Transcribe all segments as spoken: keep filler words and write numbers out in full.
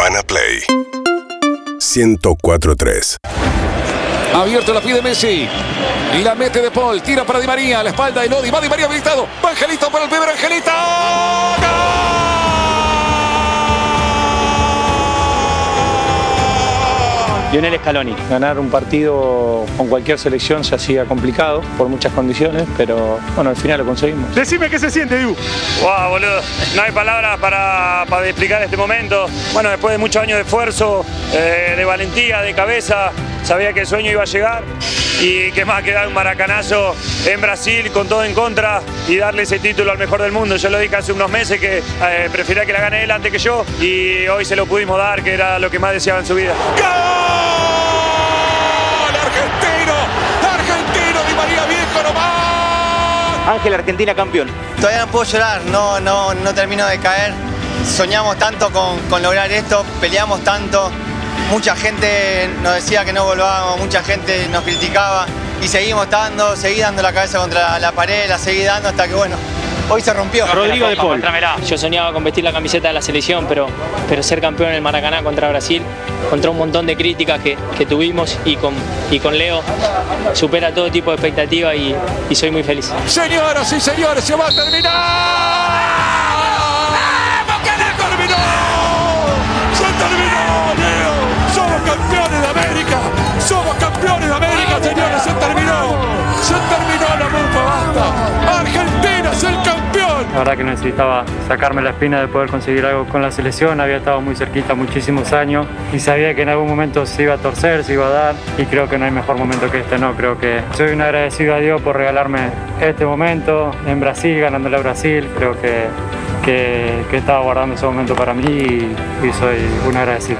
Urbana Play ciento cuatro tres. Abierto, la pide Messi. Y la mete De Paul. Tira para Di María. A la espalda de Lodi. Va Di María habilitado. Va Angelito para el primer Angelito. ¡Gol! Lionel Scaloni. Ganar un partido con cualquier selección se hacía complicado por muchas condiciones, pero bueno, al final lo conseguimos. Decime qué se siente, Dibu. Wow, boludo. No hay palabras para, para explicar este momento. Bueno, después de muchos años de esfuerzo, eh, de valentía, de cabeza, sabía que el sueño iba a llegar. Y qué más que dar un maracanazo en Brasil con todo en contra y darle ese título al mejor del mundo. Yo lo dije hace unos meses que eh, prefería que la gane él antes que yo y hoy se lo pudimos dar, que era lo que más deseaba en su vida. ¡Gol! ¡Argentino! ¡Argentino! Di María viejo nomás. Ángel, Argentina campeón. Todavía no puedo llorar, no, no, no termino de caer. Soñamos tanto con, con lograr esto, peleamos tanto. Mucha gente nos decía que no volvábamos, mucha gente nos criticaba y seguimos dando, seguí dando la cabeza contra la pared, la seguí dando hasta que bueno, hoy se rompió. Rodrigo De Paul. Yo soñaba con vestir la camiseta de la selección, pero, pero ser campeón en el Maracaná contra Brasil, contra un montón de críticas que, que tuvimos y con, y con Leo supera todo tipo de expectativa y, y soy muy feliz. Señoras y señores, se va a terminar. ¡Vamos, que la terminó! ¡Se terminó, Leo! ¡Somos campeones de América! ¡Somos campeones de América, señores! ¡Se terminó! ¡Se terminó la mufa! ¡Basta! ¡Argentina es el campeón! La verdad que necesitaba sacarme la espina de poder conseguir algo con la selección. Había estado muy cerquita muchísimos años y sabía que en algún momento se iba a torcer, se iba a dar y creo que no hay mejor momento que este, ¿no? Creo que soy un agradecido a Dios por regalarme este momento en Brasil, ganándole a Brasil. Creo que, que, que estaba guardando ese momento para mí y, y soy un agradecido.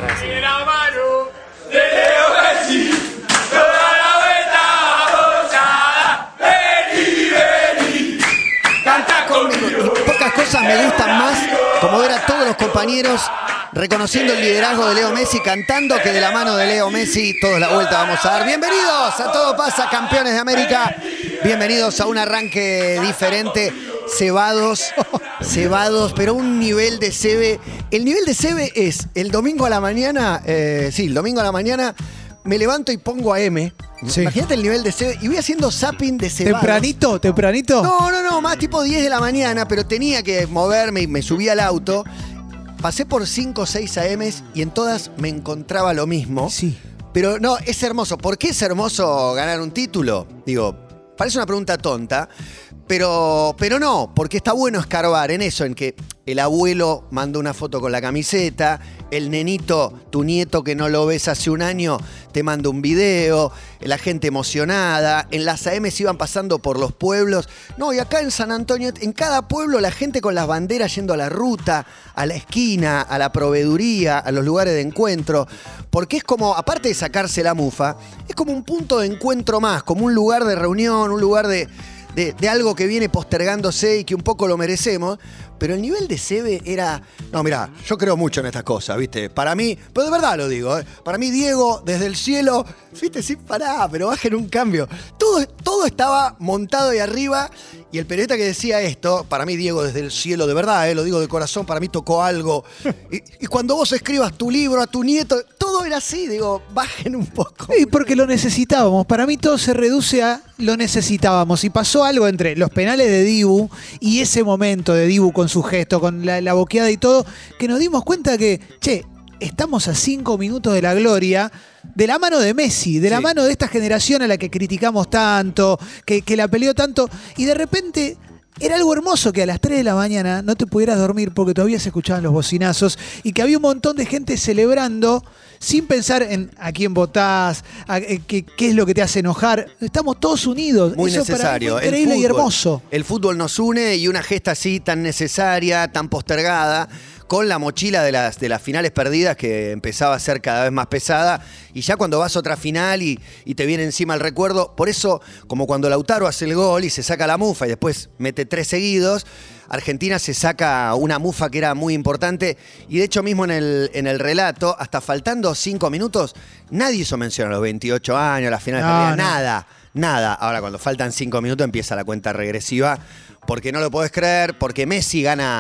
Pocas cosas me gustan más, como ver a todos los compañeros reconociendo el liderazgo de Leo Messi, cantando que de la mano de Leo Messi todos la vuelta vamos a dar. Bienvenidos a Todo Pasa, campeones de América. Bienvenidos a un arranque diferente. Cebados, cebados, pero un nivel de cebe. El nivel de cebe es el domingo a la mañana, eh, sí, el domingo a la mañana me levanto y pongo a M. Sí. Imagínate el nivel de cebe y voy haciendo zapping de cebados. ¿Tempranito? ¿Tempranito? No, no, no, más tipo diez de la mañana, pero tenía que moverme y me subí al auto. Pasé por cinco o seis A Ms y en todas me encontraba lo mismo. Sí. Pero no, es hermoso. ¿Por qué es hermoso ganar un título? Digo, parece una pregunta tonta, pero, pero no, porque está bueno escarbar en eso, en que el abuelo mandó una foto con la camiseta, el nenito, tu nieto que no lo ves hace un año, te manda un video, la gente emocionada, en las A Ms iban pasando por los pueblos. No, y acá en San Antonio, en cada pueblo, la gente con las banderas yendo a la ruta, a la esquina, a la proveeduría, a los lugares de encuentro, porque es como, aparte de sacarse la mufa, es como un punto de encuentro más, como un lugar de reunión, un lugar de... De, de algo que viene postergándose y que un poco lo merecemos, pero el nivel de cebe era... No, mirá, yo creo mucho en estas cosas, ¿viste? Para mí, pero de verdad lo digo, ¿eh? Para mí Diego, desde el cielo, ¿viste? Sí, pará, pero bajen un cambio. Todo, todo estaba montado ahí arriba y el periodista que decía esto, para mí Diego desde el cielo, de verdad, ¿eh? Lo digo de corazón, para mí tocó algo. Y, y cuando vos escribas tu libro a tu nieto, todo era así, digo, bajen un poco. Sí, porque lo necesitábamos. Para mí todo se reduce a lo necesitábamos. Y pasó algo entre los penales de Dibu y ese momento de Dibu con su gesto, con la, la boqueada y todo, que nos dimos cuenta que, che, estamos a cinco minutos de la gloria, de la mano de Messi, de la sí. mano de esta generación a la que criticamos tanto, que, que la peleó tanto, y de repente... Era algo hermoso que a las tres de la mañana no te pudieras dormir porque todavía se escuchaban los bocinazos y que había un montón de gente celebrando sin pensar en a quién votás, a, qué, qué es lo que te hace enojar. Estamos todos unidos. Muy Eso necesario. Para mí fue increíble fútbol, y hermoso. El fútbol nos une y una gesta así tan necesaria, tan postergada, con la mochila de las, de las finales perdidas que empezaba a ser cada vez más pesada y ya cuando vas a otra final y, y te viene encima el recuerdo, por eso como cuando Lautaro hace el gol y se saca la mufa y después mete tres seguidos, Argentina se saca una mufa que era muy importante y de hecho mismo en el, en el relato, hasta faltando cinco minutos, nadie hizo mención a los veintiocho años, a las finales no, perdidas, no. nada, nada. Ahora cuando faltan cinco minutos empieza la cuenta regresiva porque no lo podés creer, porque Messi gana...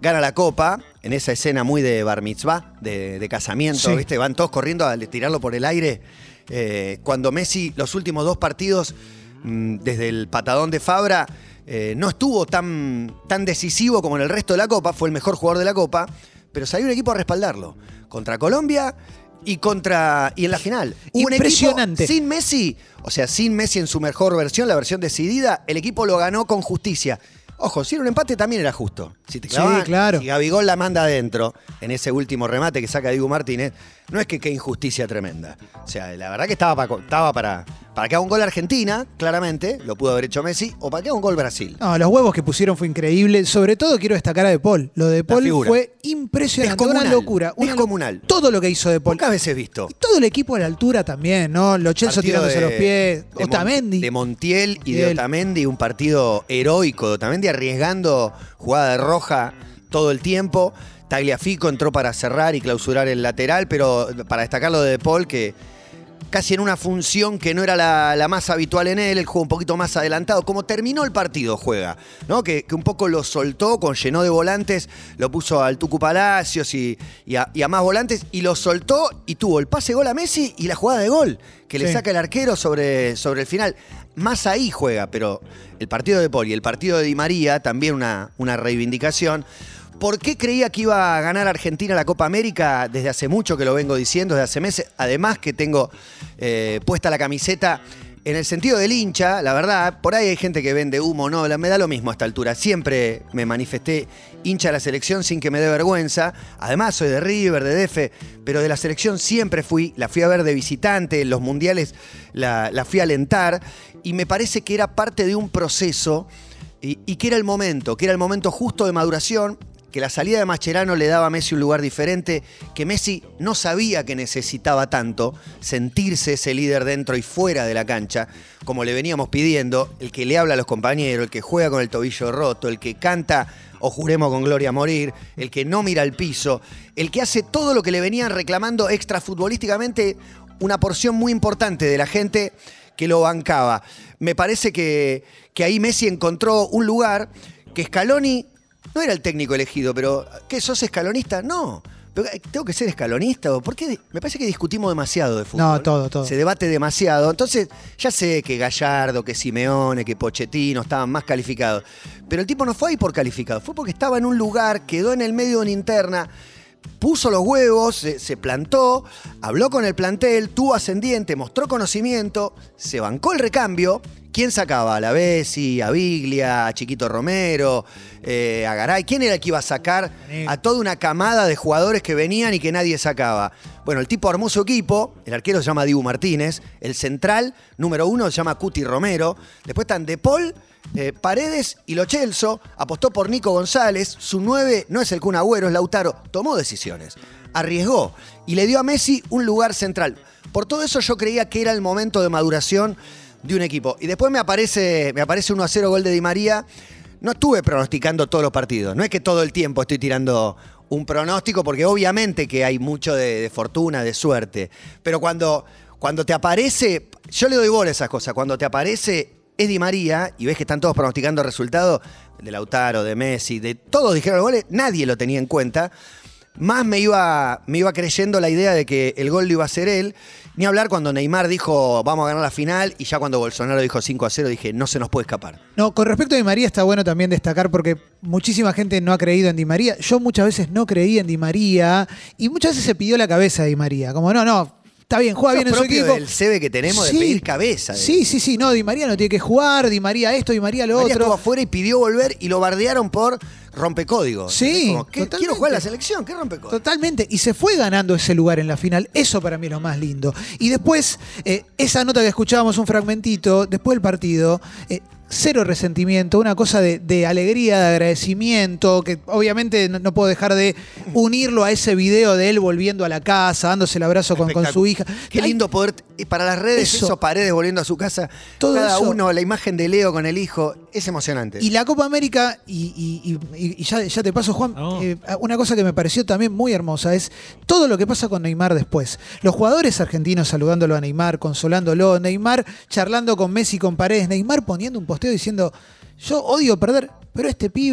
gana la Copa, en esa escena muy de bar mitzvah, de, de casamiento, Sí. ¿viste? Van todos corriendo a tirarlo por el aire. Eh, cuando Messi, los últimos dos partidos, mmm, desde el patadón de Fabra, eh, no estuvo tan, tan decisivo como en el resto de la Copa, fue el mejor jugador de la Copa, pero salió un equipo a respaldarlo. Contra Colombia y contra y en la final. Un Impresionante. equipo sin Messi, o sea, sin Messi en su mejor versión, la versión decidida, el equipo lo ganó con justicia. Ojo, si era un empate también era justo. Si te clavaban, Sí, claro. Si Gabigol la manda adentro, en ese último remate que saca Dibu Martínez, no es que qué injusticia tremenda. O sea, la verdad que estaba, pa, estaba para, para que haga un gol Argentina, claramente, lo pudo haber hecho Messi, o para que haga un gol Brasil. No, los huevos que pusieron fue increíble. Sobre todo quiero destacar a De Paul. Lo de De Paul figura. fue impresionante. Una Descomunal. locura. Una Descomunal. lo- Todo lo que hizo De Paul. Pocas veces visto. Y todo el equipo a la altura también, ¿no? Los Chelsea Partido tirándose de- los pies. de Otamendi. Mon- De Montiel y de Bien. Otamendi, un partido heroico de Otamendi arriesgando jugada de roja todo el tiempo. Tagliafico entró para cerrar y clausurar el lateral, pero para destacar lo de De Paul, que casi en una función que no era la, la más habitual en él, él jugó un poquito más adelantado. Como terminó el partido, juega, ¿no? Que, que un poco lo soltó, con llenó de volantes, lo puso al Tucu Palacios y, y, a, y a más volantes, y lo soltó y tuvo el pase gol a Messi y la jugada de gol, que Sí. le saca el arquero sobre, sobre el final. Más ahí juega, pero el partido de Paul y el partido de Di María, también una, una reivindicación. ¿Por qué creía que iba a ganar Argentina la Copa América? Desde hace mucho que lo vengo diciendo, desde hace meses. Además que tengo eh, puesta la camiseta en el sentido del hincha, la verdad. Por ahí hay gente que vende humo, no, me da lo mismo a esta altura. Siempre me manifesté hincha de la selección sin que me dé vergüenza. Además soy de River, de D F, pero de la selección siempre fui. La fui a ver de visitante, en los mundiales la, la fui a alentar. Y me parece que era parte de un proceso y, y que era el momento, que era el momento justo de maduración, que la salida de Mascherano le daba a Messi un lugar diferente, que Messi no sabía que necesitaba tanto sentirse ese líder dentro y fuera de la cancha, como le veníamos pidiendo, el que le habla a los compañeros, el que juega con el tobillo roto, el que canta o juremos con gloria a morir, el que no mira al piso, el que hace todo lo que le venían reclamando extrafutbolísticamente, una porción muy importante de la gente que lo bancaba. Me parece que, que ahí Messi encontró un lugar que Scaloni no era el técnico elegido, pero ¿qué, sos escalonista? No. Pero, ¿tengo que ser escalonista? ¿Por qué? Me parece que discutimos demasiado de fútbol. No, todo, todo. Se debate demasiado. Entonces, ya sé que Gallardo, que Simeone, que Pochettino estaban más calificados. Pero el tipo no fue ahí por calificado. Fue porque estaba en un lugar, quedó en el medio de una interna, puso los huevos, se, se plantó, habló con el plantel, tuvo ascendiente, mostró conocimiento, se bancó el recambio. ¿Quién sacaba? A la Bessi, a Biglia, a Chiquito Romero, eh, a Garay. ¿Quién era el que iba a sacar a toda una camada de jugadores que venían y que nadie sacaba? Bueno, el tipo armó su equipo, el arquero se llama Dibu Martínez, el central número uno se llama Cuti Romero, después están De Paul, eh, Paredes y Lo Celso, apostó por Nico González, su nueve no es el Kun Agüero, es Lautaro, tomó decisiones, arriesgó y le dio a Messi un lugar central. Por todo eso yo creía que era el momento de maduración de un equipo. Y después me aparece, me aparece uno a cero gol de Di María. No estuve pronosticando todos los partidos. No es que todo el tiempo estoy tirando un pronóstico, porque obviamente que hay mucho de, de fortuna, de suerte. Pero cuando, cuando te aparece, yo le doy bola a esas cosas. Cuando te aparece es Di María y ves que están todos pronosticando resultados, de Lautaro, de Messi, de todos dijeron los goles, nadie lo tenía en cuenta. Más me iba, me iba creyendo la idea de que el gol lo iba a hacer él. Ni hablar cuando Neymar dijo vamos a ganar la final, y ya cuando Bolsonaro dijo cinco a cero dije no se nos puede escapar. No, con respecto a Di María está bueno también destacar, porque muchísima gente no ha creído en Di María. Yo muchas veces no creí en Di María y muchas veces se pidió la cabeza de Di María. Como no, no, está bien, juega bien en su equipo. El C V que tenemos Sí. de pedir cabeza. Sí, sí, sí, no, Di María no tiene que jugar, Di María esto, Di María lo María otro. estuvo afuera y pidió volver y lo bardearon por rompecódigos. Sí, Como, ¿qué? totalmente. Quiero jugar en la selección, ¿qué rompecódigos? Totalmente, y se fue ganando ese lugar en la final. Eso para mí es lo más lindo. Y después, eh, esa nota que escuchábamos un fragmentito, después del partido, eh, cero resentimiento, una cosa de, de alegría, de agradecimiento, que obviamente no, no puedo dejar de unirlo a ese video de él volviendo a la casa, dándose el abrazo con, con su hija. Qué Ay, lindo poder, y para las redes, Eso. esos Paredes volviendo a su casa, Todo cada eso. uno, la imagen de Leo con el hijo, es emocionante. Y la Copa América, y, y- y- y ya, ya te paso, Juan, No. eh, una cosa que me pareció también muy hermosa es todo lo que pasa con Neymar después. Los jugadores argentinos saludándolo a Neymar, consolándolo, Neymar charlando con Messi, con Paredes, Neymar poniendo un posteo diciendo, yo odio perder, pero este pibe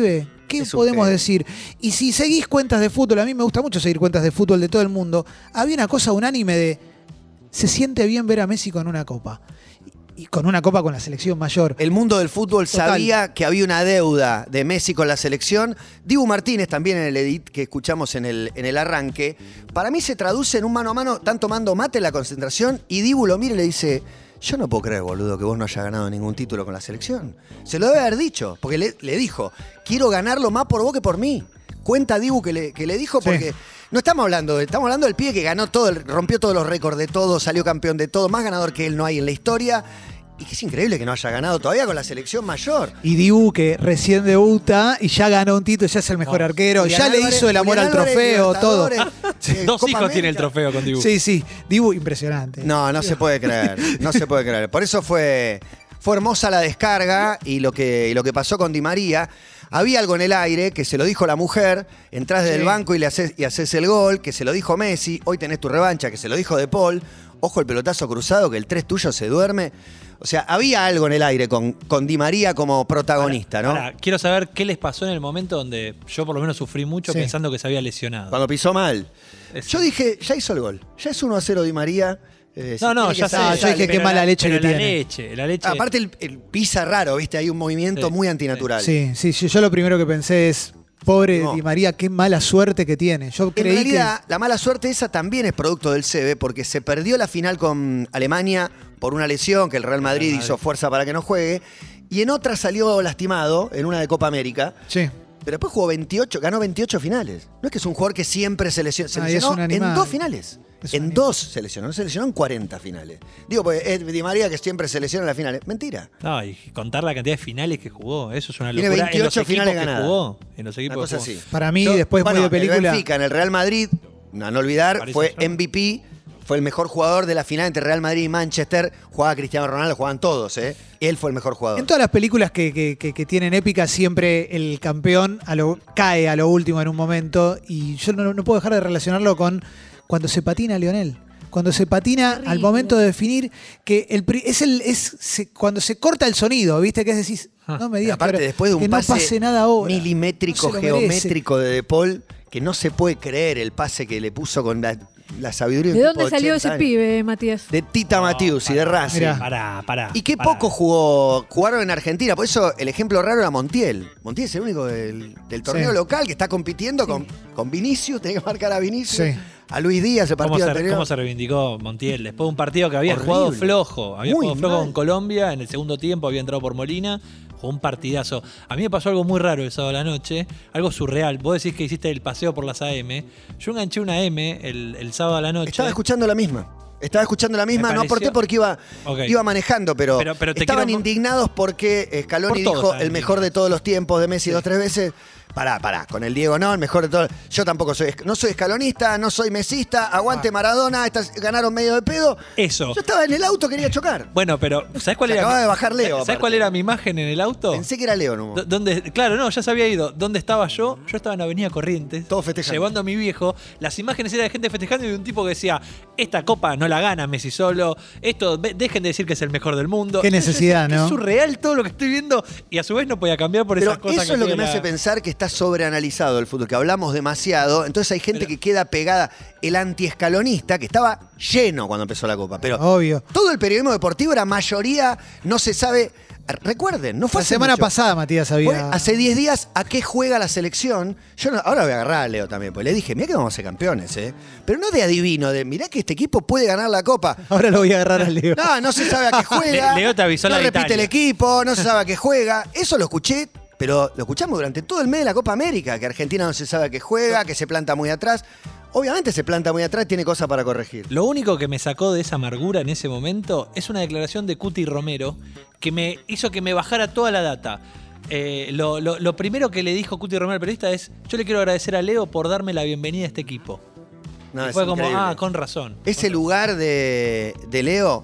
¿Qué Es un podemos genio. decir? Y si seguís cuentas de fútbol, a mí me gusta mucho seguir cuentas de fútbol de todo el mundo, había una cosa unánime de se siente bien ver a Messi con una copa. Y con una copa con la selección mayor. El mundo del fútbol Total. sabía que había una deuda de Messi con la selección. Dibu Martínez, también en el edit que escuchamos en el, en el arranque, para mí se traduce en un mano a mano, están tomando mate en la concentración y Dibu lo mira y le dice, yo no puedo creer, boludo, que vos no hayas ganado ningún título con la selección. Se lo debe haber dicho, porque le, le dijo, quiero ganarlo más por vos que por mí. Cuenta Dibu que le, que le dijo Sí. porque... No estamos hablando, de, estamos hablando del pibe que ganó todo, rompió todos los récords de todo, salió campeón de todo, más ganador que él no hay en la historia. Y que es increíble que no haya ganado todavía con la selección mayor. Y Dibu, que recién debuta y ya ganó un título, ya es el mejor No. arquero, Julián ya le Álvarez- hizo el amor Julián al Álvarez, trofeo, todo. Libertadores, eh, Dos Copa hijos tiene el América. trofeo con Dibu. Sí, sí, Dibu impresionante. No, no se puede creer, no se puede creer. Por eso fue, fue hermosa la descarga y lo, que, y lo que pasó con Di María. Había algo en el aire que se lo dijo la mujer, entrás desde Sí. el banco y le haces, y haces el gol, que se lo dijo Messi, hoy tenés tu revancha, que se lo dijo De Paul, ojo el pelotazo cruzado, que el tres tuyo se duerme. O sea, había algo en el aire con, con Di María como protagonista, ¿no? Ahora, quiero saber qué les pasó en el momento donde yo por lo menos sufrí mucho Sí. pensando que se había lesionado. Cuando pisó mal. Es- Yo dije, ya hizo el gol, ya es uno a cero Di María. eh, No, si no, tiene ya que sé. salir, Ah, yo sale. dije, qué pero mala la- leche pero que la tiene. leche, la leche. Aparte el, el pisa raro, ¿viste? Hay un movimiento Sí. muy antinatural. Sí, sí, yo, yo lo primero que pensé es, pobre No. Di María, qué mala suerte que tiene. Yo En creí realidad, la mala suerte esa también es producto del C B, porque se perdió la final con Alemania por una lesión que el Real Madrid Madrid. hizo fuerza para que no juegue, y en otra salió lastimado, en una de Copa América, que... Sí. pero después jugó veintiocho, ganó veintiocho finales. No es que es un jugador que siempre se lesionó, se Ah, y es lesionó un en animal. dos finales. Es un En animal. dos se lesionó, no se lesionó en cuarenta finales. Digo, pues es Di María que siempre se lesiona en las finales. Mentira. No, y contar la cantidad de finales que jugó, eso es una Tiene locura. En los veintiocho equipos finales que ganadas. jugó, en los Una equipos cosa que jugó. así. Para mí, Yo- después bueno, muy de película... El Benfica, en el Real Madrid, a no olvidar, Paris fue Saint-Germain. M V P, fue el mejor jugador de la final entre Real Madrid y Manchester. Jugaba Cristiano Ronaldo, jugaban todos, ¿eh? Él fue el mejor jugador. En todas las películas que, que- que- que tienen épicas, siempre el campeón a lo, cae a lo último en un momento. Y yo no, no puedo dejar de relacionarlo con cuando se patina Lionel. Cuando se patina Terrible. al momento de definir que el pri- es el es se- cuando se corta el sonido, ¿viste? Que es decir, no me digas Aparte, que, ahora- después de un que pase no pase nada ahora. milimétrico, No se lo merece. geométrico de De Paul, que no se puede creer el pase que le puso con la, la sabiduría ¿De un dónde tipo salió ochenta ese años. pibe, Matías? De Tita Matius y de Racing. Mirá. Pará, pará. Y qué pará. poco jugó, jugaron en Argentina. Por eso el ejemplo raro era Montiel. Montiel es el único del, del torneo Sí. local que está compitiendo con, con Vinicius. Tenía que marcar a Vinicius. Sí. A Luis Díaz, el ¿Cómo partido se, anterior. cómo se reivindicó Montiel? Después de un partido que había Horrible. jugado flojo. Había Muy jugado flojo mal. con Colombia. En el segundo tiempo había entrado por Molina. Jugó un partidazo. A mí me pasó algo muy raro el sábado a la noche. Algo surreal. Vos decís que hiciste el paseo por las A M. Yo enganché una M el, el sábado a la noche. Estaba escuchando la misma. Estaba escuchando la misma, Me no aporté pareció- porque iba, Ok. iba manejando, pero, Pero- pero te estaban quiero- indignados porque Scaloni Por todo dijo estaban el mejor de todos los tiempos de Messi dos tres veces. Pará, pará, con el Diego no, el mejor de todos. Yo tampoco soy, no soy escalonista, no soy mesista, aguante Maradona, estas ganaron medio de pedo. Eso. Yo estaba en el auto, quería chocar. Bueno, pero ¿sabés cuál Se era? acababa mi- de bajar Leo, ¿Sabés aparte. cuál era mi imagen en el auto? Pensé que era Leo, no. D- ¿Dónde, claro, no, ya se había ido. ¿Dónde estaba yo? Yo estaba en Avenida Corrientes. Todos festejando. Llevando a mi viejo. Las imágenes eran de gente festejando y de un tipo que decía, esta copa no la gana Messi solo. Esto, ve- dejen de decir que es el mejor del mundo. Qué Entonces, necesidad, yo decía, ¿no? Es surreal todo lo que estoy viendo y a su vez no podía cambiar por Pero esas cosas eso es lo que tiene me la- hace pensar que está sobreanalizado el fútbol, que hablamos demasiado. Entonces hay gente Pero- que queda pegada. El antiescalonista, que estaba lleno cuando empezó la Copa. Pero Obvio. todo el periodismo deportivo era mayoría, no se sabe. Recuerden, no fue La hace semana mucho. pasada, Matías, había... Fue hace diez días a qué juega la selección. Yo no- ahora voy a agarrar a Leo también, porque le dije, mira que vamos a ser campeones, ¿eh? Pero no de adivino, de mirá que este equipo puede ganar la Copa. Ahora lo voy a agarrar al Leo. No, no se sabe a qué juega. Le- Leo te avisó no la de repite Italia. el equipo, no se sabe a qué juega. Eso lo escuché, pero lo escuchamos durante todo el mes de la Copa América, que Argentina no se sabe a qué juega, que se planta muy atrás. Obviamente se planta muy atrás, tiene cosas para corregir. Lo único que me sacó de esa amargura en ese momento es una declaración de Cuti Romero que me hizo que me bajara toda la data. Eh, lo, lo- lo primero que le dijo Cuti Romero al periodista es: yo le quiero agradecer a Leo por darme la bienvenida a este equipo. No, Y es fue como, increíble. ah, con razón. Ese lugar de, de Leo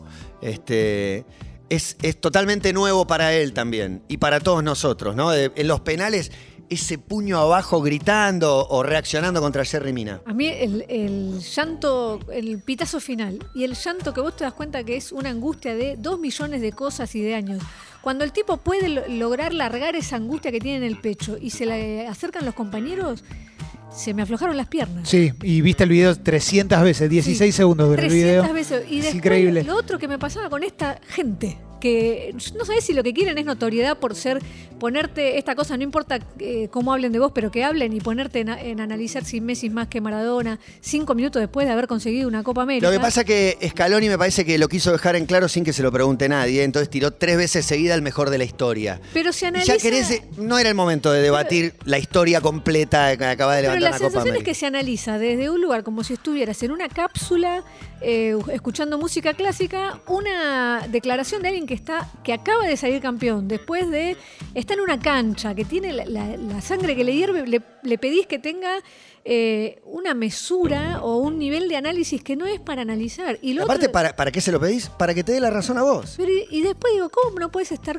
este, es, es totalmente nuevo para él también y para todos nosotros, ¿no? De- en los penales, ese puño abajo gritando o reaccionando contra Jerry Mina? A mí el, el llanto, el pitazo final y el llanto que vos te das cuenta que es una angustia de dos millones de cosas y de años. Cuando el tipo puede lo- lograr largar esa angustia que tiene en el pecho y se le acercan los compañeros, se me aflojaron las piernas. Sí, y viste el video trescientas veces, dieciséis Sí, segundos dura el video. trescientas veces. Y Es después, increíble. lo otro que me pasaba con esta gente, que no sabés si lo que quieren es notoriedad por ser, ponerte esta cosa, no importa eh, cómo hablen de vos, pero que hablen y ponerte en, en analizar si Messi es más que Maradona, cinco minutos después de haber conseguido una Copa América. Lo que pasa que Scaloni me parece que lo quiso dejar en claro sin que se lo pregunte nadie, entonces tiró tres veces seguida el mejor de la historia. Pero se Y analiza... ya querés, no era el momento de debatir la historia completa que acaba de Pero levantar la una Copa sensación es América. que se analiza desde un lugar como si estuvieras en una cápsula eh, escuchando música clásica, una declaración de alguien que está que acaba de salir campeón, después de está en una cancha, que tiene la, la- la sangre que le hierve, le, le pedís que tenga eh, una mesura o un nivel de análisis que no es para analizar. Y lo Aparte, otro- ¿para, ¿para qué se lo pedís? Para que te dé la razón a vos. pero y, y después digo, ¿cómo no puedes estar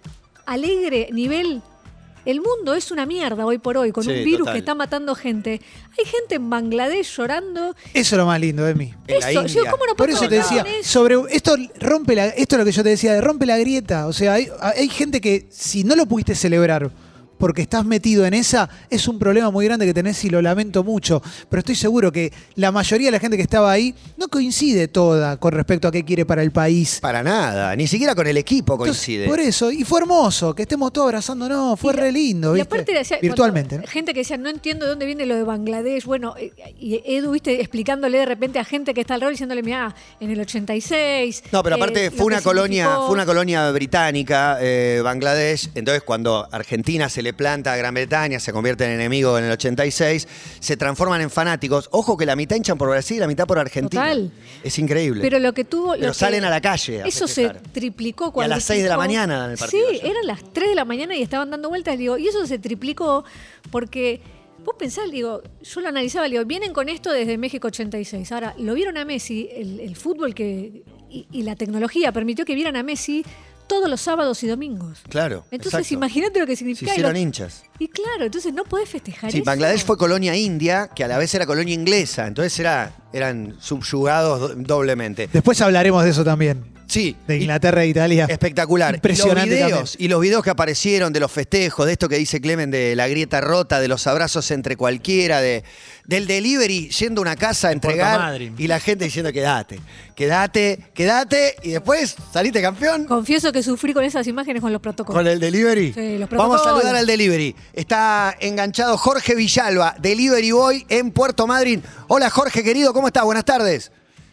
alegre nivel? El mundo es una mierda hoy por hoy, con Sí, un virus total. que está matando gente. Hay gente en Bangladesh llorando. Eso es lo más lindo de mí. En la Eso, India. yo, ¿cómo no Por puedo eso te contar decía, con eso? sobre esto rompe la, esto es lo que yo te decía, de rompe la grieta. O sea, hay, hay gente que si no lo pudiste celebrar porque estás metido en esa, es un problema muy grande que tenés y lo lamento mucho. Pero estoy seguro que la mayoría de la gente que estaba ahí no coincide toda con respecto a qué quiere para el país. Para nada, ni siquiera con el equipo Entonces, coincide. por eso, y fue hermoso, que estemos todos abrazándonos, fue Y- re lindo, Y ¿viste? aparte, decía, virtualmente. cuando- ¿no? gente que decía, no entiendo de dónde viene lo de Bangladesh. Bueno, eh, y Edu, viste, explicándole de repente a gente que está alrededor diciéndole, mira, en el ochenta y seis. No, pero aparte eh, fue lo una que colonia, significó. fue una colonia británica, eh, Bangladesh. Entonces, cuando Argentina se le planta a Gran Bretaña, se convierte en enemigo en el ochenta y seis, se transforman en fanáticos. Ojo que la mitad hinchan por Brasil y la mitad por Argentina. Total. Es increíble. Pero lo que tuvo. Pero lo que- salen a la calle a Eso se festejar. triplicó Y a cuando. las seis de la mañana dan el partido Sí, allá. eran las tres de la mañana y estaban dando vueltas. Digo, y eso se triplicó porque. Vos pensás, digo, yo lo analizaba, digo, vienen con esto desde México ochenta y seis. Ahora, lo vieron a Messi, el, el fútbol que y, y la tecnología permitió que vieran a Messi todos los sábados y domingos. Claro. Entonces, exacto. imagínate lo que Se significa. hicieron y, lo- hinchas. y claro, entonces no podés festejar Sí, eso. Bangladesh fue colonia india, que a la vez era colonia inglesa. Entonces era, eran subyugados do- doblemente. Después hablaremos de eso también, Sí. de y- Inglaterra e Italia. Espectacular. Impresionante Y los, videos, también. y los videos que aparecieron de los festejos, de esto que dice Clemen, de la grieta rota, de los abrazos entre cualquiera, de, del delivery yendo a una casa a Puerto entregar Madryn. y la gente diciendo quédate, quédate, quédate y después saliste campeón Confieso que sufrí con esas imágenes con los protocolos. con el delivery. Sí, los Vamos a protocolos. saludar al delivery. Está enganchado Jorge Villalba, Delivery Boy en Puerto Madryn. Hola Jorge, querido, ¿cómo estás? Buenas tardes.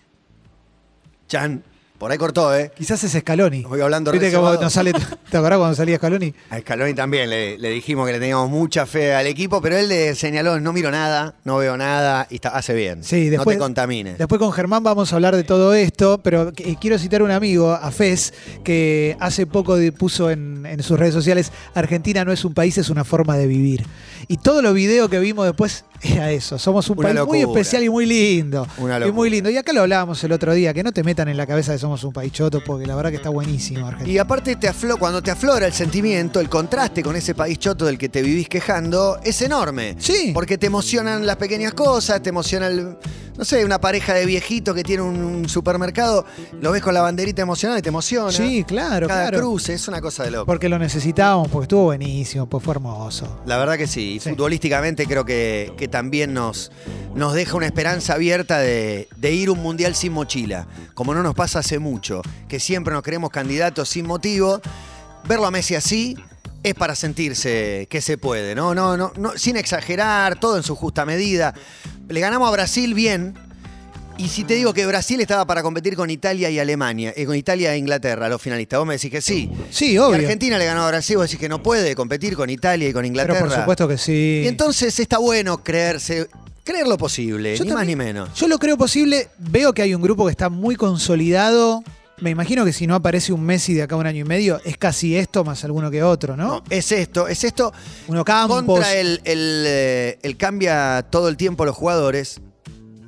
Chan. Por ahí cortó, ¿eh? Quizás es Scaloni. Voy hablando ¿Viste que reservado. nos sale, ¿te acordás cuando salía Scaloni? A Scaloni también le, le dijimos que le teníamos mucha fe al equipo, pero él le señaló, no miro nada, no veo nada, y está, hace bien. Sí, después, no te contamines. Después con Germán vamos a hablar de todo esto, pero eh, quiero citar a un amigo, a Fez, que hace poco di- puso en, en sus redes sociales, Argentina no es un país, es una forma de vivir. Y todos los videos que vimos después era eso, somos un Una país muy locura. especial y muy lindo. Una y locura. muy lindo. Y acá lo hablábamos el otro día, que no te metan en la cabeza que somos un país choto, porque la verdad que está buenísimo Argentina. Y aparte, te aflo- cuando te aflora el sentimiento, el contraste con ese país choto del que te vivís quejando, es enorme. Sí. Porque te emocionan las pequeñas cosas, te emociona el, no sé, una pareja de viejitos que tiene un, un supermercado, lo ves con la banderita emocionada y te emociona. Sí, claro, Cada claro. cruce, es una cosa de loco. Porque lo necesitábamos, porque estuvo buenísimo, pues fue hermoso. La verdad que sí. Sí. Futbolísticamente creo que, que también nos, nos deja una esperanza abierta de, de ir a un mundial sin mochila. Como no nos pasa hace mucho, que siempre nos creemos candidatos sin motivo. Verlo a Messi así es para sentirse que se puede, ¿no? No, no, no, sin exagerar, todo en su justa medida. Le ganamos a Brasil bien. Y si te digo que Brasil estaba para competir con Italia y Alemania, eh, con Italia e Inglaterra, los finalistas, vos me decís que sí. Sí, Y obvio. Argentina le ganó a Brasil, vos decís que no puede competir con Italia y con Inglaterra. Pero por supuesto que sí. Y entonces está bueno creerse, creer lo posible, Yo ni más también- ni menos. Yo lo creo posible. Veo que hay un grupo que está muy consolidado. Me imagino que si no aparece un Messi de acá a un año y medio, es casi esto más alguno que otro, ¿no? No, es esto, es esto. Uno Campos. Contra el, el, eh, el cambia todo el tiempo los jugadores.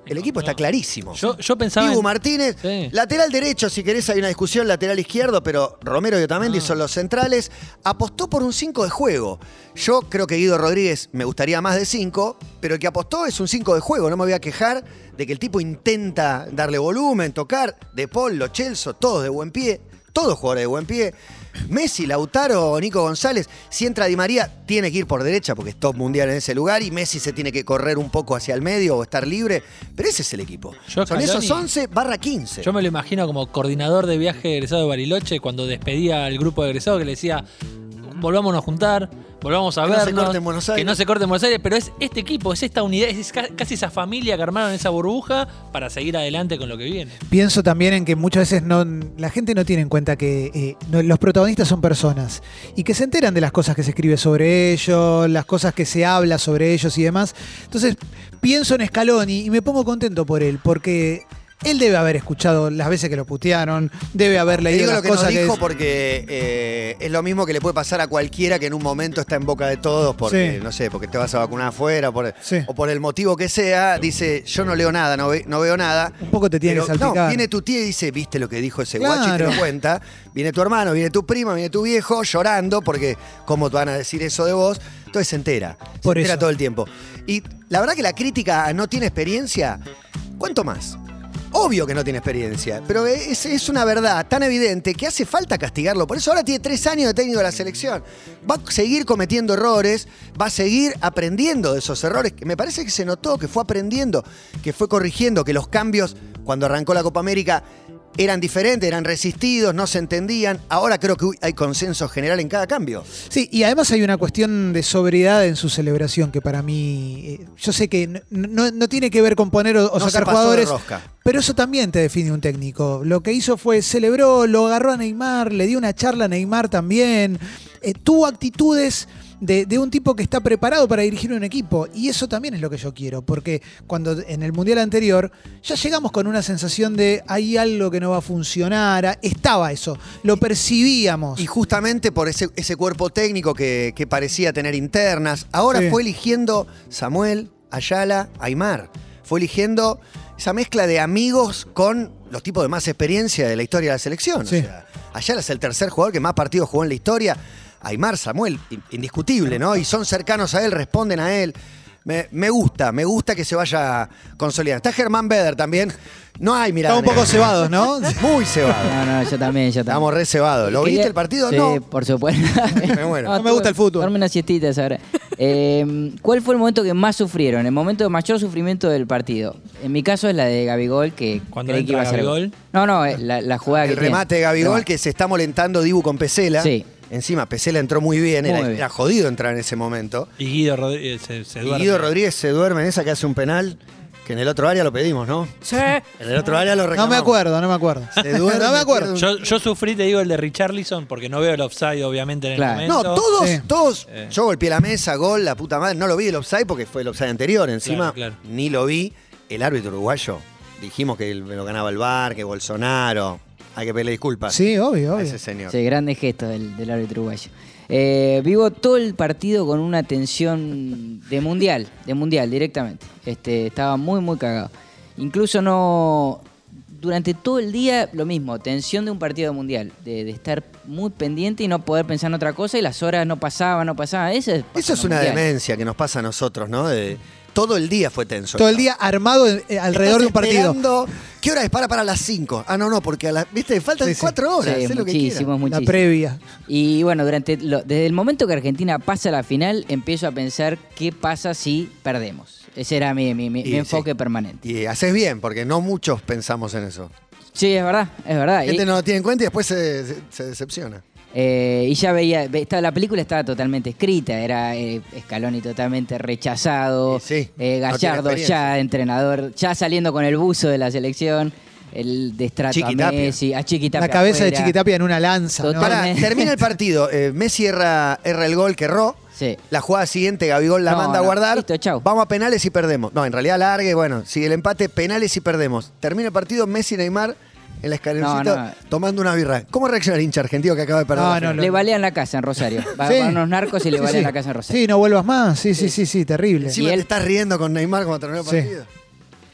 El equipo está clarísimo. Yo, yo pensaba. Dibu en- Martínez, Sí. lateral derecho, si querés hay una discusión, lateral izquierdo, pero Romero y Otamendi Ah. son los centrales. Apostó por un cinco de juego. Yo creo que Guido Rodríguez me gustaría más de cinco, pero el que apostó es un cinco de juego. No me voy a quejar de que el tipo intenta darle volumen, tocar. De Paul, Lo Celso, todos de buen pie, todos jugadores de buen pie. Messi, Lautaro, Nico González. Si entra Di María, tiene que ir por derecha porque es top mundial en ese lugar y Messi se tiene que correr un poco hacia el medio o estar libre. Pero ese es el equipo. Yo, Son Scaloni- esos once barra quince. Yo me lo imagino como coordinador de viaje egresado de Bariloche cuando despedía al grupo de egresados que le decía, volvámonos a juntar, volvamos a Que no se vernos, corte en Buenos Aires. que no se corte en Buenos Aires, pero es este equipo, es esta unidad, es ca- casi esa familia que armaron esa burbuja para seguir adelante con lo que viene. Pienso también en que muchas veces no, la gente no tiene en cuenta que eh, no- los protagonistas son personas y que se enteran de las cosas que se escribe sobre ellos, las cosas que se habla sobre ellos y demás. Entonces pienso en Scaloni y me pongo contento por él, porque él debe haber escuchado las veces que lo putearon, debe haber Te leído digo las lo que nos cosas que dijo es- porque eh, es lo mismo que le puede pasar a cualquiera que en un momento está en boca de todos porque, Sí. no sé, porque te vas a vacunar afuera por- Sí. o por el motivo que sea, dice, yo no leo nada, no, ve- no veo nada. Un poco te tiene Pero, que salpicar. no, viene tu tía y dice, viste lo que dijo ese Claro. guacho y te lo cuenta. Viene tu hermano, viene tu prima, viene tu viejo llorando porque cómo te van a decir eso de vos. Entonces se entera, se Por entera eso. todo el tiempo. Y la verdad que la crítica a no tiene experiencia, ¿cuánto más? Obvio que no tiene experiencia, pero es, es una verdad tan evidente que hace falta castigarlo. Por eso ahora tiene tres años de técnico de la selección. Va a seguir cometiendo errores, va a seguir aprendiendo de esos errores. Me parece que se notó que fue aprendiendo, que fue corrigiendo, que los cambios cuando arrancó la Copa América eran diferentes, eran resistidos, no se entendían. Ahora creo que hay consenso general en cada cambio. Sí, y además hay una cuestión de sobriedad en su celebración que para mí, eh, yo sé que no, no- no tiene que ver con poner o, o No se sacar pasó de jugadores, rosca. pero eso también te define un técnico. Lo que hizo fue celebró, lo agarró a Neymar, le dio una charla a Neymar también, eh, tuvo actitudes de, de un tipo que está preparado para dirigir un equipo y eso también es lo que yo quiero, porque cuando en el Mundial anterior ya llegamos con una sensación de hay algo que no va a funcionar, a- estaba eso, lo percibíamos. Y justamente por ese, ese cuerpo técnico que, que parecía tener internas, ahora Sí. fue eligiendo Samuel, Ayala, Aimar. Fue eligiendo esa mezcla de amigos con los tipos de más experiencia de la historia de la selección. Sí. O sea, Ayala es el tercer jugador que más partidos jugó en la historia. Aimar, Samuel, in- indiscutible, ¿no? Y son cercanos a él, responden a él. Me, me gusta, me gusta que se vaya consolidando. Está Germán Beder también. No hay mirada. Estamos un poco negra. cebados, ¿no? Muy cebado. No, no, yo también, yo también. Estamos re cebados. ¿Lo Quería- viste el partido? Sí, No. por supuesto. Me muero. No me gusta el fútbol. Darme una siestita esa hora. Eh, ¿Cuál fue el momento que más sufrieron? El momento de mayor sufrimiento del partido. En mi caso es la de Gabigol, que Cuando creí que iba a entra ser Gabigol. No, no, eh, la, la jugada El que tiene. remate de Gabigol Remate. que se está molentando Dibu con Pesela. Sí. Encima, Pesela entró muy bien, Muy era, bien. era jodido entrar en ese momento. Y Guido Rodríguez se, se Y duerme. Guido Rodríguez se duerme en esa que hace un penal, que en el otro área lo pedimos, ¿no? Sí. En el otro área lo No reclamamos. me acuerdo, no me acuerdo. Se duerme, no me acuerdo. pierde Yo, yo sufrí, te digo, el de Richarlison, porque no veo el offside, obviamente, en el Claro. momento. No, todos, Sí. todos. Eh. Yo golpeé la mesa, gol, la puta madre. No lo vi el offside porque fue el offside anterior. Encima, Claro, claro. ni lo vi. El árbitro uruguayo, dijimos que me lo ganaba el V A R, que Bolsonaro. Hay que pedirle disculpas Sí, obvio, a obvio. ese señor. Sí, grandes gestos del, del árbitro uruguayo. Eh, vivo todo el partido con una tensión de mundial, de mundial directamente. Este, estaba muy, muy cagado. Incluso no... Durante todo el día lo mismo, tensión de un partido de mundial, de, de estar muy pendiente y no poder pensar en otra cosa y las horas no pasaban, no pasaban. Eso es, Eso es una demencia que nos pasa a nosotros, ¿no? De, todo el día fue tenso. Todo el día armado eh, alrededor de un Estás partido. esperando, ¿qué hora es? Para para las cinco. Ah, no, no, porque a las, viste, faltan Sí, sí. cuatro horas. Sí, hacé lo que muchísimo, quieras. muchísimo. La previa. Y bueno, durante lo- desde el momento que Argentina pasa a la final, empiezo a pensar qué pasa si perdemos. Ese era mi, mi- mi- Y mi enfoque sí. permanente. Y haces bien, porque no muchos pensamos en eso. Sí, es verdad, es verdad. La gente Y, no lo tiene en cuenta y después se, se- se decepciona. eh, y ya veía, ve- estaba, la película estaba totalmente escrita, era eh, Scaloni totalmente rechazado, Y sí, eh, no tiene Gallardo experiencia. ya entrenador, ya saliendo con el buzo de la selección, el destrato a Chiquitapia. Messi, a Chiquitapia La cabeza de afuera. Chiquitapia en una lanza. ¿no? Total. Pará, termina el partido. eh, Messi erra, erra el gol que erró. Sí. La jugada siguiente, Gabigol la No, manda a no, guardar. listo, chau. Vamos a penales y perdemos. No, en realidad largue, bueno, sigue el empate, penales y perdemos. Termina el partido, Messi y Neymar en la escalerecita No, no. tomando una birra. ¿Cómo reacciona el hincha argentino que acaba de perder? No, la no, final? lo- Le balean la casa en Rosario. Va, Sí. van unos narcos y le Sí, balean sí. la casa en Rosario. Sí, no vuelvas más. Sí, sí, sí, sí, terrible. Encima Y te él- estás riendo con Neymar cuando terminó el Sí. partido.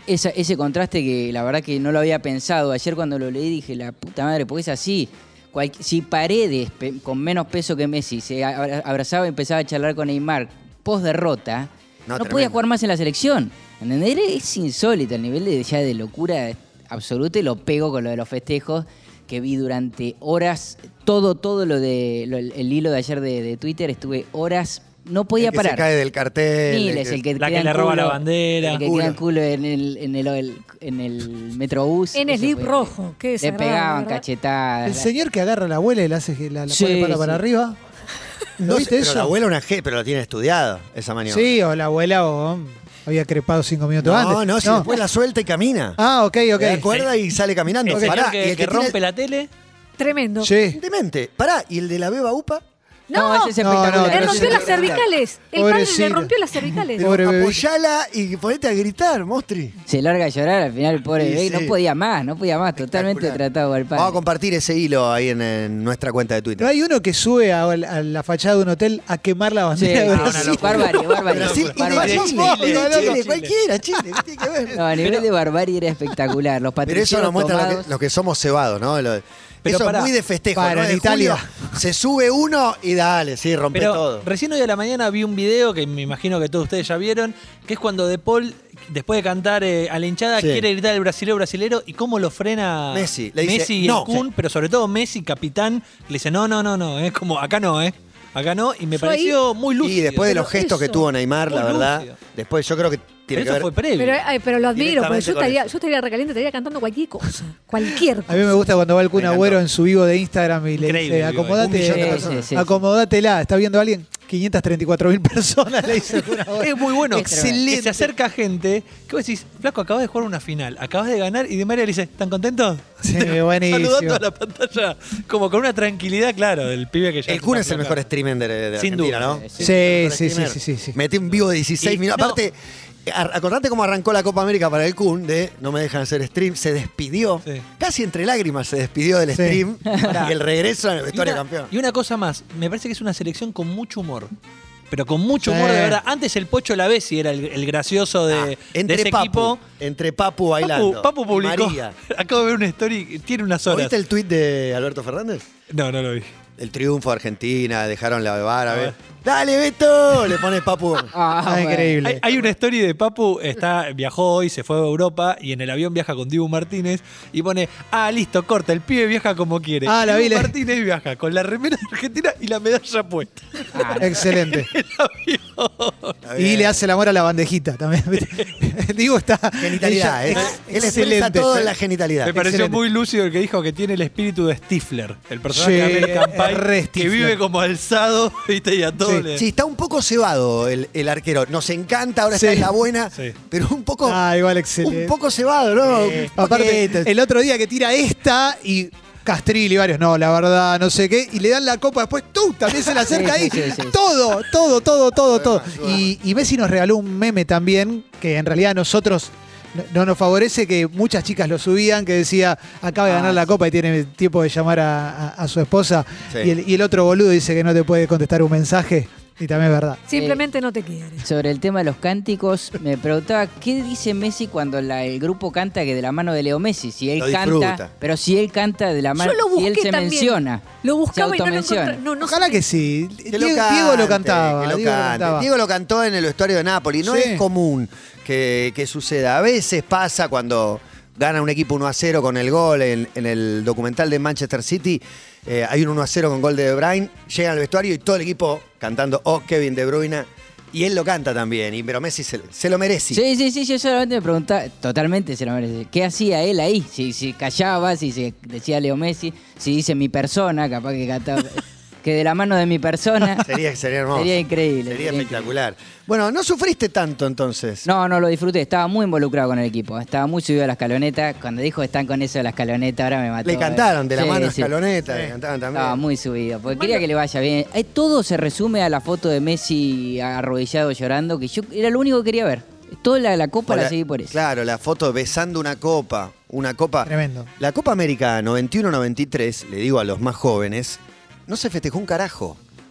esa, ese contraste que la verdad que no lo había pensado. Ayer cuando lo leí dije, la puta madre, porque es así. Cual, si Paredes, pe, con menos peso que Messi, se abrazaba y empezaba a charlar con Neymar post derrota, no, no podía jugar más en la selección. ¿Entendés? Es insólito el nivel de, ya de locura absoluta, y lo pego con lo de los festejos que vi durante horas. Todo, todo lo de lo, el hilo de ayer de, de Twitter, estuve horas. No podía el que parar. Se cae del cartel. Miles, el que, el que, la que le roba culo, la bandera. El que queda en culo en el, en el, el, en el metrobús. En el slip rojo. Qué le pegaban cachetadas. El señor que agarra a la abuela y le hace la, la sí, pone para, sí. para arriba. ¿No, no viste pero eso? La abuela una G, pero lo tiene estudiado, esa maniobra. Sí, o la abuela o... Había crepado cinco minutos no, antes. No, no, si no. después la suelta y camina. Ah, ok, ok. Le da cuerda sí. y sale caminando. El Pará, que, y el que, que rompe tiene... la tele. Tremendo. Sí. Demente. Pará, ¿y el de la Beba Upa? No, no, ese es espectacular. No, no, le rompió las cervicales. El padre le rompió las cervicales. Pero apoyala y ponete a gritar, Mostri. Se larga a llorar al final, el pobre bebé. Sí, sí. No podía más, no podía más. Totalmente tratado al padre. Vamos a compartir ese hilo ahí en, en nuestra cuenta de Twitter. No hay uno que sube a, a la fachada de un hotel a quemar la bandera sí, de Brasil. No, barbarie, barbarie. Brasil y de Chile, Chile, cualquiera, Chile. ¿Qué tiene que ver? No, a nivel de barbarie era espectacular. Los Pero eso nos muestra lo que, lo que somos cebados, ¿no? Lo, Pero eso para, es muy de festejo, para, ¿no? En de Italia. Julio, se sube uno y dale, sí, rompe Pero todo. Recién hoy a la mañana vi un video que me imagino que todos ustedes ya vieron, que es cuando De Paul, después de cantar eh, a la hinchada, sí. quiere gritar el brasilero brasilero y cómo lo frena Messi. Le dice, Messi y no, el Kun, sí. pero sobre todo Messi, capitán, le dice no, no, no, no, es como acá no, ¿eh? Acá no, y me yo pareció ahí, muy lúcido. Y después de los gestos eso, que tuvo Neymar, la verdad, lúcido. Después yo creo que tiene pero que eso ver... fue previo. Pero, ay, pero lo admiro, porque yo estaría, yo estaría recaliente, estaría cantando cualquier cosa. Cualquier cosa. A mí me gusta cuando va el Kun Agüero en su vivo de Instagram y le Increíble, dice, acomodate, sí, sí, sí, acomodátela, está viendo a alguien. quinientas treinta y cuatro mil personas le dice el Kun Agüero. Es muy bueno. Excelente. Que se acerca gente, que vos decís, flaco, acabas de jugar una final, acabas de ganar, y Di María le dice, ¿están contentos? Sí, buenísimo. Saludando a la pantalla, como con una tranquilidad, claro, del pibe que ya... El Kun es el mejor streamer de, de Sin Argentina, duda. ¿no? Sí, sí, sí, sí, sí, sí, sí. Metí un vivo de dieciséis minutos. No. Aparte, acordate cómo arrancó la Copa América para el Kun, de no me dejan hacer stream, se despidió, sí. casi entre lágrimas se despidió del sí. stream y el regreso en el vestuario campeón. Y una cosa más, me parece que es una selección con mucho humor. Pero con mucho humor, sí. de verdad. Antes el Pocho Lavezzi era el, el gracioso de, ah, entre de ese Papu, equipo. Entre Papu bailando. Papu, Papu publicó. María. Acabo de ver una story, tiene unas horas. ¿Viste el tuit de Alberto Fernández? No, no lo vi. El triunfo de Argentina, dejaron la Bebar a ver. ¡Dale, Beto! Le pone Papu. Ah, ah, increíble. Hay, hay una story de Papu, está, viajó hoy, se fue a Europa y en el avión viaja con Dibu Martínez y pone, ah, listo, corta, el pibe viaja como quiere. Ah, la vi. Dibu Martínez viaja con la remera de Argentina y la medalla puesta. Ah, excelente. Y le hace el amor a la bandejita también. Digo, está... Genitalidad, ¿eh? Él excelente todo en la genitalidad. Me pareció excelente. muy lúcido el que dijo que tiene el espíritu de Stifler, el personaje sí, de American Pie, que vive como alzado, ¿viste? Y a todo sí. le... sí, está un poco cebado el, el arquero. Nos encanta, ahora sí. está en la buena, sí. pero un poco... Ah, igual excelente. Un poco cebado, ¿no? Sí. Aparte, el otro día que tira esta y... Castrilli y varios, no, la verdad, no sé qué, y le dan la copa después, tú, también se le acerca ahí, sí, sí, sí. todo, todo, todo, todo, todo. Y, y Messi nos regaló un meme también, que en realidad a nosotros no, no nos favorece, que muchas chicas lo subían, que decía, acaba de ganar ah, la copa y tiene tiempo de llamar a, a, a su esposa, sí. y, el, y el otro boludo dice que no te puede contestar un mensaje. Y también es verdad. Simplemente eh, no te quiere. Sobre el tema de los cánticos, me preguntaba, ¿qué dice Messi cuando la, el grupo canta que de la mano de Leo Messi? Si él lo canta, disfruta. Pero si él canta de la mano, si él se también. menciona. Lo buscaba y no lo encontré. No, no Ojalá sé. que sí. Que Diego lo cante, Diego lo cantaba. Que lo Diego, cante. lo cantaba. Diego lo cantó en el vestuario de Napoli. No sí. es común que, que suceda. A veces pasa cuando gana un equipo uno a cero con el gol en, en el documental de Manchester City. Eh, hay un uno a cero con gol de De Bruyne, llega al vestuario y todo el equipo cantando Oh, Kevin De Bruyne, y él lo canta también, y, pero Messi se, se lo merece. Sí, sí, sí, yo solamente me preguntaba, totalmente se lo merece, ¿qué hacía él ahí? Si, si callaba, si se decía Leo Messi, si dice mi persona, capaz que cantaba... que de la mano de mi persona... Sería, sería hermoso. Sería increíble. Sería, sería espectacular. Increíble. Bueno, ¿no sufriste tanto entonces? No, no, lo disfruté. Estaba muy involucrado con el equipo. Estaba muy subido a la escaloneta. Cuando dijo están con eso de la escaloneta, ahora me mató. Le cantaron de la sí, mano a sí. escaloneta, sí. le cantaban también. Estaba muy subido, porque quería que le vaya bien. Eh, todo se resume a la foto de Messi arrodillado llorando, que yo era lo único que quería ver. Toda la, la copa la, la seguí por eso. Claro, la foto besando una copa. Una copa. Tremendo. La Copa América noventa y uno noventa y tres, le digo a los más jóvenes, no se festejó un carajo.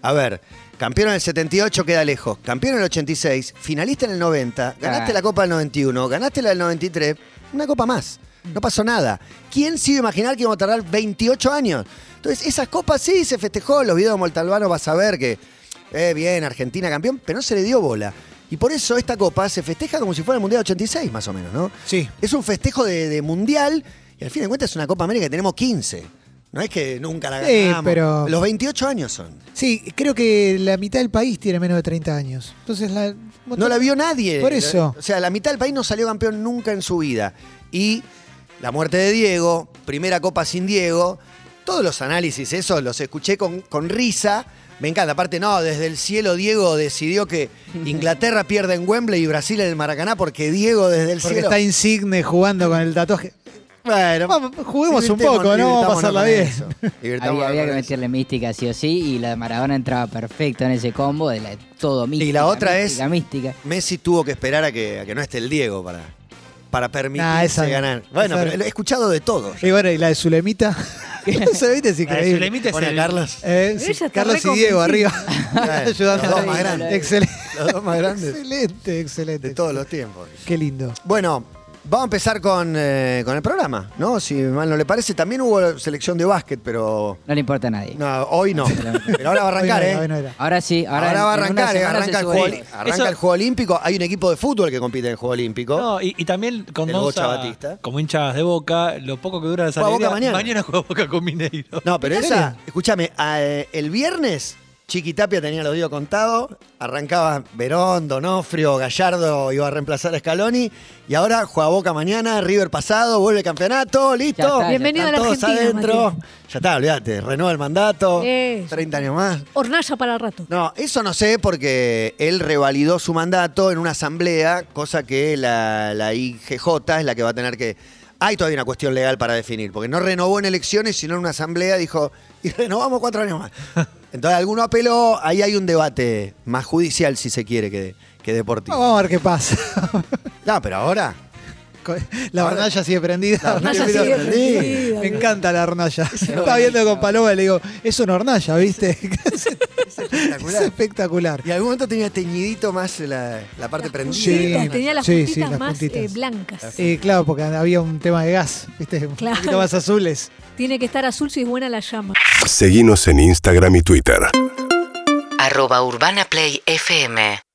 A ver, campeón en el setenta y ocho queda lejos, campeón en el ochenta y seis, finalista en el noventa, ganaste Ah. la Copa del noventa y uno, ganaste la del noventa y tres, una copa más. No pasó nada. ¿Quién se iba a imaginar que íbamos a tardar veintiocho años? Entonces, esas copas sí se festejó. Los videos de Montalbano vas a ver que, eh, bien, Argentina campeón, pero no se le dio bola. Y por eso esta copa se festeja como si fuera el Mundial ochenta y seis, más o menos, ¿no? Sí. Es un festejo de, de Mundial y al fin de cuentas es una Copa América que tenemos quince. No es que nunca la Sí, ganamos. pero- Los veintiocho años son. Sí, creo que la mitad del país tiene menos de treinta años. Entonces la... No la vio nadie. Por eso. O sea, la mitad del país no salió campeón nunca en su vida. Y la muerte de Diego, primera Copa sin Diego, todos los análisis, esos los escuché con, con risa. Me encanta. Aparte, no, desde el cielo Diego decidió que Inglaterra pierde en Wembley y Brasil en el Maracaná porque Diego desde el Porque cielo... está Insigne jugando con el tatuaje. Bueno, Vamos, juguemos un divirtámonos, poco, ¿no? Vamos a divirtámonos pasarla con bien. eso. Divirtámonos Había, había con que eso. meterle mística sí o sí, y la de Maradona entraba perfecto en ese combo de la, todo mística. Y la otra mística, es- mística. Messi tuvo que esperar a que, a que no esté el Diego para, para permitirse Nah, esa- ganar. Bueno, esa- pero lo he escuchado de todo. Y bueno, y la de Zulemita. Zulemita es La de increíble. Zulemita es Pone a el- Carlos. Eh, sí, Ella está Carlos re y Diego arriba. Bueno, Ayudando. los dos más grandes. Excelente. Los dos más grandes Excelente, excelente. de todos los tiempos. Qué lindo. Bueno, vamos a empezar con, eh, con el programa, ¿no? Si mal no le parece. También hubo selección de básquet, pero No le importa a nadie. no, hoy no. Pero ahora va a arrancar, Hoy no era, ¿eh? hoy no era. Ahora sí, ahora, Ahora, va a en- en una arrancar, ¿eh? semana Arranca, se el sube. juego, arranca Eso- el Juego Olímpico. Hay un equipo de fútbol que compite en el Juego Olímpico. No, y, y también con El Gonza, Bocha Batista. como hinchas de Boca, lo poco que dura la Juega salida. Boca mañana. Mañana juega Boca con Mineiro. No, pero ¿En esa, serio? escúchame, eh, el viernes Chiqui Tapia tenía los días contados, arrancaba Verón, Donofrio, Gallardo iba a reemplazar a Scaloni y ahora juega Boca mañana, River pasado, vuelve el campeonato, listo. Ya está, ya Bienvenido Están a la todos Argentina, adentro. Matías. Ya está, olvídate, renueva el mandato, Eso. treinta años más. Hornalla para el rato. No, eso no sé porque él revalidó su mandato en una asamblea, cosa que la, la I G J es la que va a tener que... Hay todavía una cuestión legal para definir, porque no renovó en elecciones, sino en una asamblea dijo, y renovamos cuatro años más. Entonces alguno apeló, ahí hay un debate más judicial, si se quiere, que, que deportivo. Vamos a ver qué pasa. No, pero ahora... La hornalla sigue prendida. La hornalla sigue sigue prendida. prendida. Me encanta la hornalla. Estaba viendo con Paloma y le digo, es una hornalla, ¿viste? Es espectacular. espectacular. Y en algún momento tenía teñidito más la, la parte prendida. Sí. Puntitas, tenía las Sí, sí, puntitas las más puntitas. eh, blancas. Eh, claro, porque había un tema de gas, ¿viste? Un Claro. poquito más azules. Tiene que estar azul si es buena la llama. Seguinos en Instagram y Twitter. Arroba Urbana Play F M.